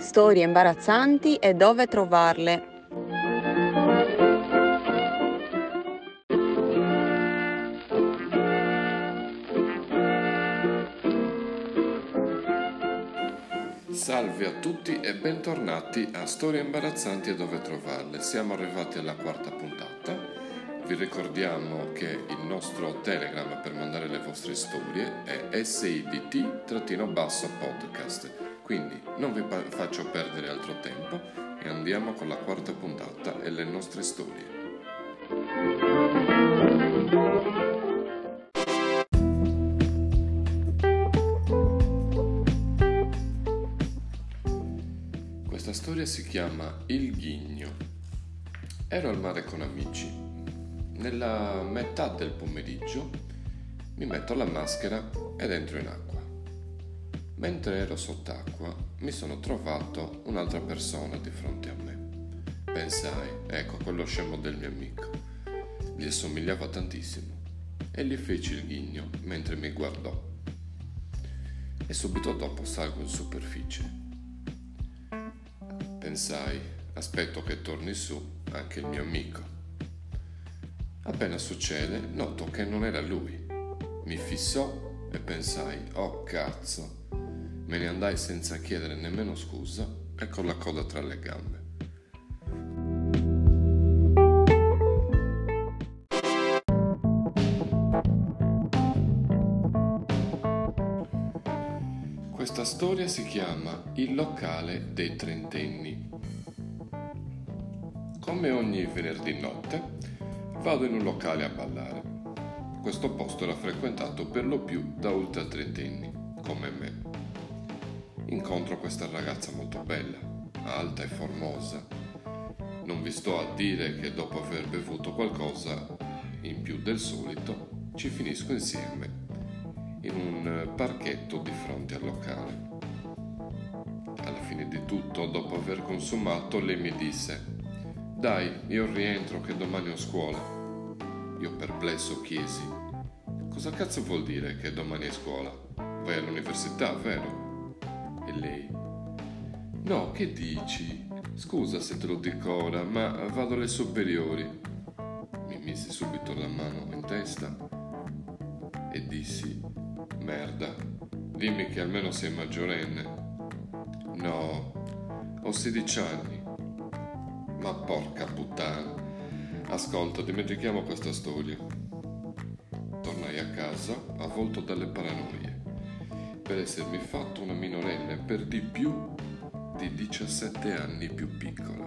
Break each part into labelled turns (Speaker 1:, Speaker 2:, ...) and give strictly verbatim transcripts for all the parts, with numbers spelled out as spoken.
Speaker 1: storie imbarazzanti e dove trovarle.
Speaker 2: Salve a tutti e bentornati a Storie imbarazzanti e dove trovarle. Siamo arrivati alla quarta puntata. Vi ricordiamo che il nostro Telegram per mandare le vostre storie è S I D T-podcast. Quindi non vi pa- faccio perdere altro tempo e andiamo con la quarta puntata e le nostre storie. Questa storia si chiama Il Ghigno. Ero al mare con amici. Nella metà del pomeriggio mi metto la maschera ed entro in acqua. Mentre ero sott'acqua mi sono trovato un'altra persona di fronte a me. Pensai, ecco quello scemo del mio amico. Gli assomigliava tantissimo e gli feci il ghigno mentre mi guardò. E subito dopo salgo in superficie. Pensai, aspetto che torni su anche il mio amico. Appena succede, noto che non era lui. Mi fissò e pensai, oh cazzo. Me ne andai senza chiedere nemmeno scusa e con la coda tra le gambe. Questa storia si chiama Il locale dei trentenni. Come ogni venerdì notte, vado in un locale a ballare. Questo posto era frequentato per lo più da ultra trentenni, come me. Incontro questa ragazza molto bella, alta e formosa. Non vi sto a dire che dopo aver bevuto qualcosa in più del solito, ci finisco insieme in un parchetto di fronte al locale. Alla fine di tutto, dopo aver consumato, lei mi disse: dai, io rientro che domani ho scuola. Io perplesso chiesi: cosa cazzo vuol dire che domani è scuola? Vai all'università, vero? E lei: no, che dici? Scusa se te lo dico ora, ma vado alle superiori. Mi misi subito la mano in testa e dissi: merda, dimmi che almeno sei maggiorenne. No, ho sedici anni. Ma porca puttana. Ascolta, dimentichiamo questa storia. Tornai a casa avvolto dalle paranoie per essermi fatto una minorenne per di più di diciassette anni più piccola.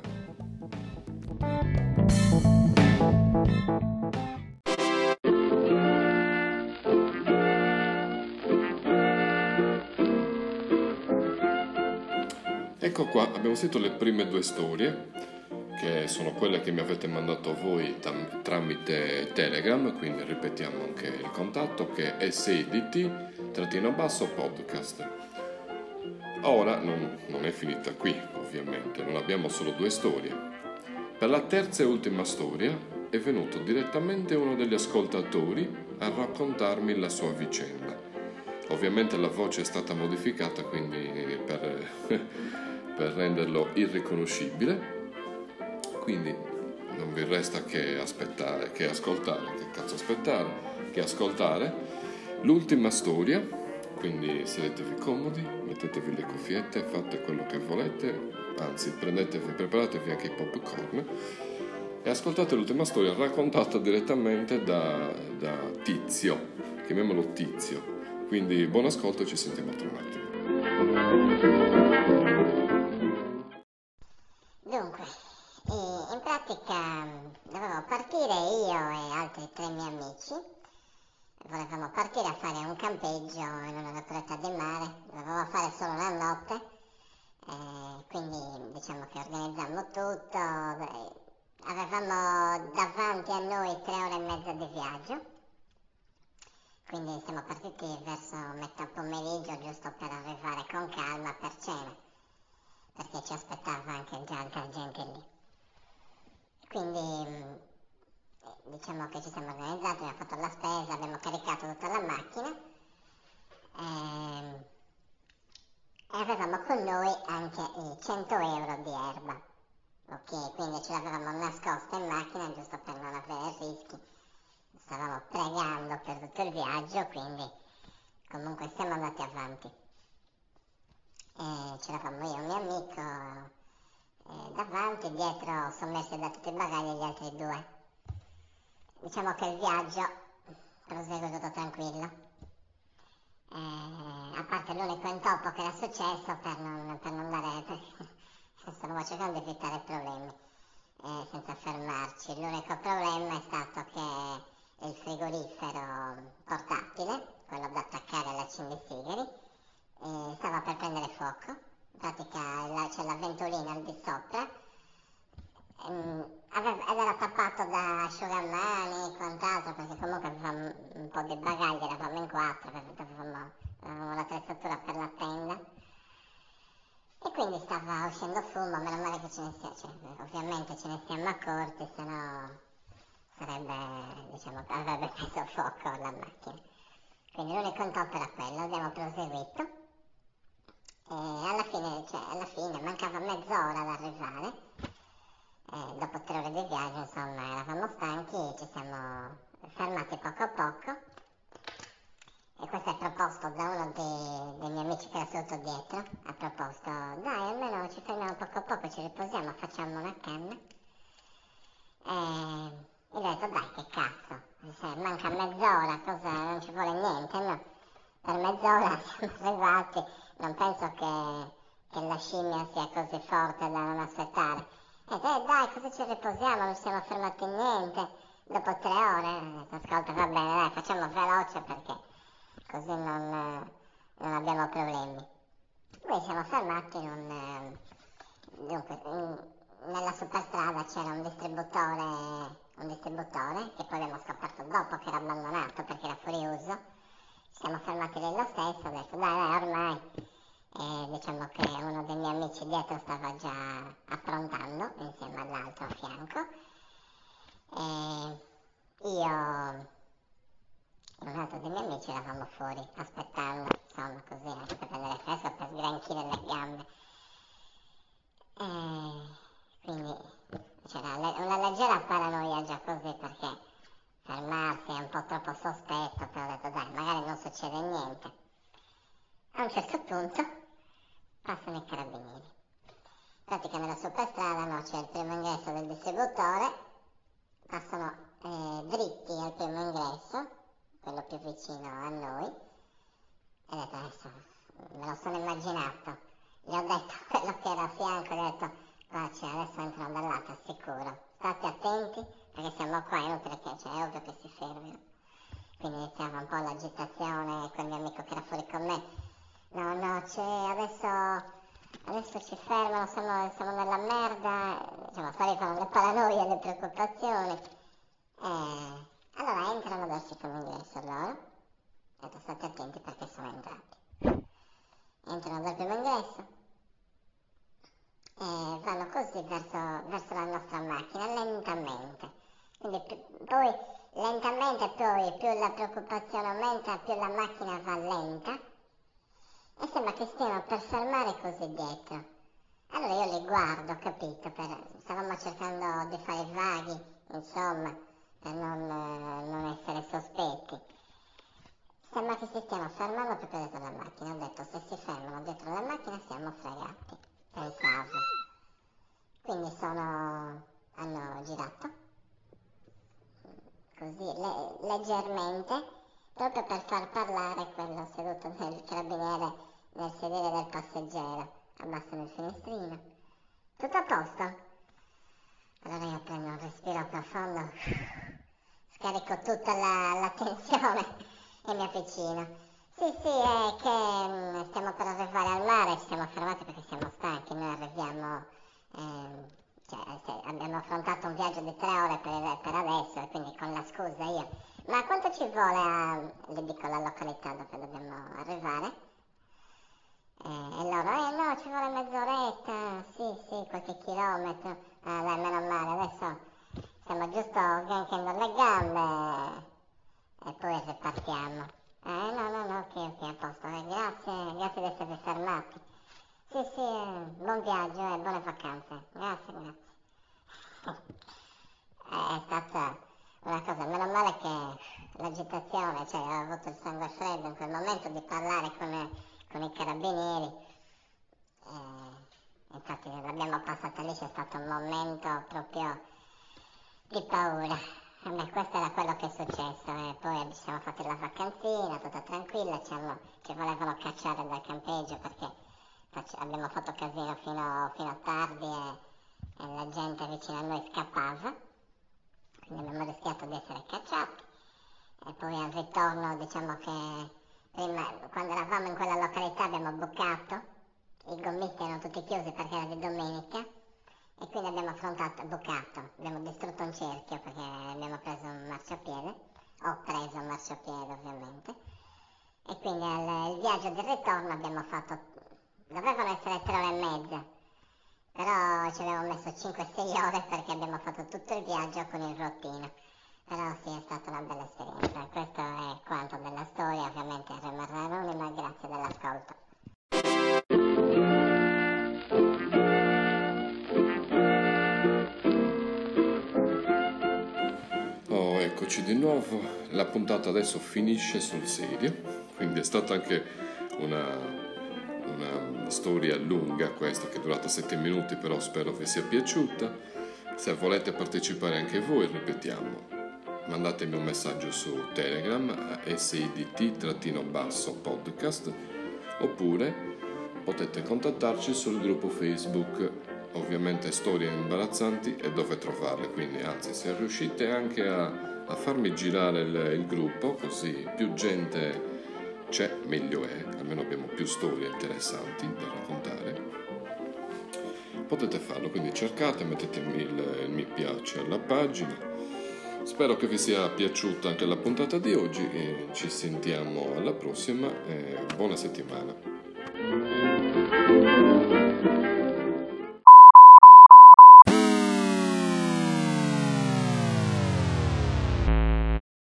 Speaker 2: Ecco qua, abbiamo sentito le prime due storie, che sono quelle che mi avete mandato voi tam- tramite Telegram, quindi ripetiamo anche il contatto, che è S I D T-podcast. Ora non, non è finita qui, ovviamente, non abbiamo solo due storie. Per la terza e ultima storia è venuto direttamente uno degli ascoltatori a raccontarmi la sua vicenda. Ovviamente la voce è stata modificata, quindi per, per renderlo irriconoscibile. Quindi non vi resta che aspettare, che ascoltare, che cazzo aspettare, che ascoltare l'ultima storia. Quindi sedetevi comodi, mettetevi le cuffiette, fate quello che volete, anzi prendetevi, preparatevi anche i popcorn e ascoltate l'ultima storia raccontata direttamente da, da Tizio, chiamiamolo Tizio. Quindi buon ascolto e ci sentiamo tra un attimo.
Speaker 3: Dunque, eh, in pratica dovevo partire io e altri tre miei amici. Volevamo partire a fare un campeggio in una località del mare. Dovevamo fare solo una notte, eh, quindi diciamo che organizzammo tutto. eh, Avevamo davanti a noi tre ore e mezza di viaggio. Quindi siamo partiti verso metà pomeriggio, giusto per arrivare con calma per cena, perché ci aspettava anche già altra gente lì. Quindi diciamo che ci siamo organizzati, abbiamo fatto la spesa, abbiamo caricato tutta la macchina e, e avevamo con noi anche i cento euro di erba. Ok, quindi ce l'avevamo nascosta in macchina giusto per non avere rischi. Stavamo pregando per tutto il viaggio, quindi comunque siamo andati avanti. E c'eravamo io e un mio amico eh, davanti, dietro sommersi da tutti i bagagli e gli altri due. Diciamo che il viaggio prosegue tutto tranquillo. Eh, a parte l'unico intoppo che era successo per non, per non dare, per, stavamo cercando di evitare problemi eh, senza fermarci. L'unico problema è stato che il frigorifero portatile, quello da attaccare all'accendesigari, eh, stava per prendere fuoco. In pratica la, c'è la ventolina al di sopra ehm, aveva, ed era tappato da asciugamani e quant'altro, perché comunque avevamo un po' di bagagli, eravamo in quattro, avevamo, avevamo l'attrezzatura per la tenda e quindi stava uscendo fumo. Meno male che ce ne sia, cioè, ovviamente ce ne siamo accorti, se no sarebbe, diciamo, avrebbe preso fuoco la macchina. Quindi l'unico intoppo era quello, abbiamo proseguito e alla fine, cioè alla fine mancava mezz'ora ad arrivare. Eh, dopo tre ore di viaggio, insomma, eravamo stanchi e ci siamo fermati poco a poco. E questo è proposto da uno dei, dei miei amici che era seduto dietro. Ha proposto, dai, almeno ci fermiamo poco a poco, ci riposiamo, facciamo una canna. E io ho detto, dai, che cazzo, se manca mezz'ora, cosa, non ci vuole niente, no? Per mezz'ora siamo arrivati, non penso che, che la scimmia sia così forte da non aspettare. E detto, eh dai, cosa ci riposiamo, non ci siamo fermati niente, dopo tre ore. Ho detto, ascolta, va bene, dai, facciamo veloce perché così non, non abbiamo problemi. Poi siamo fermati in un, dunque, in, nella superstrada c'era un distributore, un distributore che poi abbiamo scoperto dopo che era abbandonato perché era fuori uso. Ci siamo fermati lì lo stesso, ho detto, dai, dai, ormai. E diciamo che uno dei miei amici dietro stava già approntando insieme all'altro a fianco e io e un altro dei miei amici eravamo fuori aspettando, insomma, così anche per prendere fresco, per sgranchire le gambe. E quindi c'era le- una leggera paranoia già così, perché fermarsi è un po' troppo sospetto, però ho detto dai, magari non succede niente. A un certo punto passano i carabinieri. In pratica nella superstrada no, c'è il primo ingresso del distributore, passano eh, dritti al primo ingresso, quello più vicino a noi, e ho detto adesso me lo sono immaginato. Gli ho detto quello che era a fianco, gli ho detto guarda, cioè, adesso entrano dal lato sicuro, state attenti perché siamo qua, è inutile che, cioè, è ovvio che si fermino. Quindi iniziava un po' l'agitazione con il mio amico che era fuori con me. No, no, cioè, adesso, adesso ci fermano, siamo, siamo nella merda, diciamo, arrivano le paranoie, le preoccupazioni. Eh, allora entrano verso il primo ingresso loro, ho detto state attenti perché sono entrati. Entrano dal primo ingresso e vanno così verso, verso la nostra macchina, lentamente. Quindi più, poi lentamente, poi più la preoccupazione aumenta, più la macchina va lenta. E sembra che stiano per fermare così dietro. Allora io li guardo, capito, per, stavamo cercando di fare i vaghi, insomma, per non, eh, non essere sospetti. Sembra che si stiano fermando proprio dietro la macchina. Ho detto, se si fermano dietro la macchina siamo fregati, pensavo. Quindi sono, hanno girato, così, le, leggermente, proprio per far parlare quello seduto nel carabiniere nel sedere del passeggero. Abbassano il finestrino. Tutto a posto? Allora io prendo un respiro profondo, scarico tutta la, la tensione e mi avvicino. Sì, sì, è che mh, stiamo per arrivare al mare, ci siamo fermati perché siamo stanchi, noi arriviamo, ehm, cioè se abbiamo affrontato un viaggio di tre ore per, per adesso e quindi con la scusa io. Ma quanto ci vuole a, le dico la località dove dobbiamo arrivare? Eh, e loro, eh no, ci vuole mezz'oretta, sì, sì, qualche chilometro. Ah, dai, meno male, adesso stiamo giusto granchendo le gambe e poi ripartiamo. Eh, no, no, no, ok, ok, a posto, eh, grazie, grazie di esservi fermati. Sì, sì, eh, buon viaggio, l'agitazione, cioè ho avuto il sangue freddo in quel momento di parlare con, con i carabinieri. Eh, infatti l'abbiamo passata lì, c'è stato un momento proprio di paura. A me questo era quello che è successo e poi ci siamo fatti la vacanzina, tutta tranquilla, ci, hanno, ci volevano cacciare dal campeggio perché faccio, abbiamo fatto casino fino, fino a tardi e, e la gente vicino a noi scappava, quindi abbiamo rischiato di essere cacciati. E poi al ritorno, diciamo che prima, quando eravamo in quella località abbiamo bucato, i gommisti erano tutti chiusi perché era di domenica e quindi abbiamo affrontato, bucato, abbiamo distrutto un cerchio perché abbiamo preso un marciapiede, ho preso un marciapiede ovviamente, e quindi al, il viaggio di ritorno abbiamo fatto, dovevano essere tre ore e mezza, però ci avevamo messo cinque sei ore perché abbiamo fatto tutto il viaggio con il rottino. Però sì, è stata una bella esperienza. Questo è quanto della storia, ovviamente rimarrà anonima, grazie dell'ascolto.
Speaker 2: Oh, eccoci di nuovo. La puntata adesso finisce sul serio, quindi è stata anche una, una storia lunga questa, che è durata sette minuti, però spero vi sia piaciuta. Se volete partecipare anche voi, ripetiamo, mandatemi un messaggio su Telegram a sidt-podcast oppure potete contattarci sul gruppo Facebook, ovviamente storie imbarazzanti e dove trovarle, quindi anzi se riuscite anche a, a farmi girare il, il gruppo, così più gente c'è meglio è, almeno abbiamo più storie interessanti da raccontare, potete farlo, quindi cercate, mettete il, il mi piace alla pagina. Spero che vi sia piaciuta anche la puntata di oggi e ci sentiamo alla prossima e buona settimana.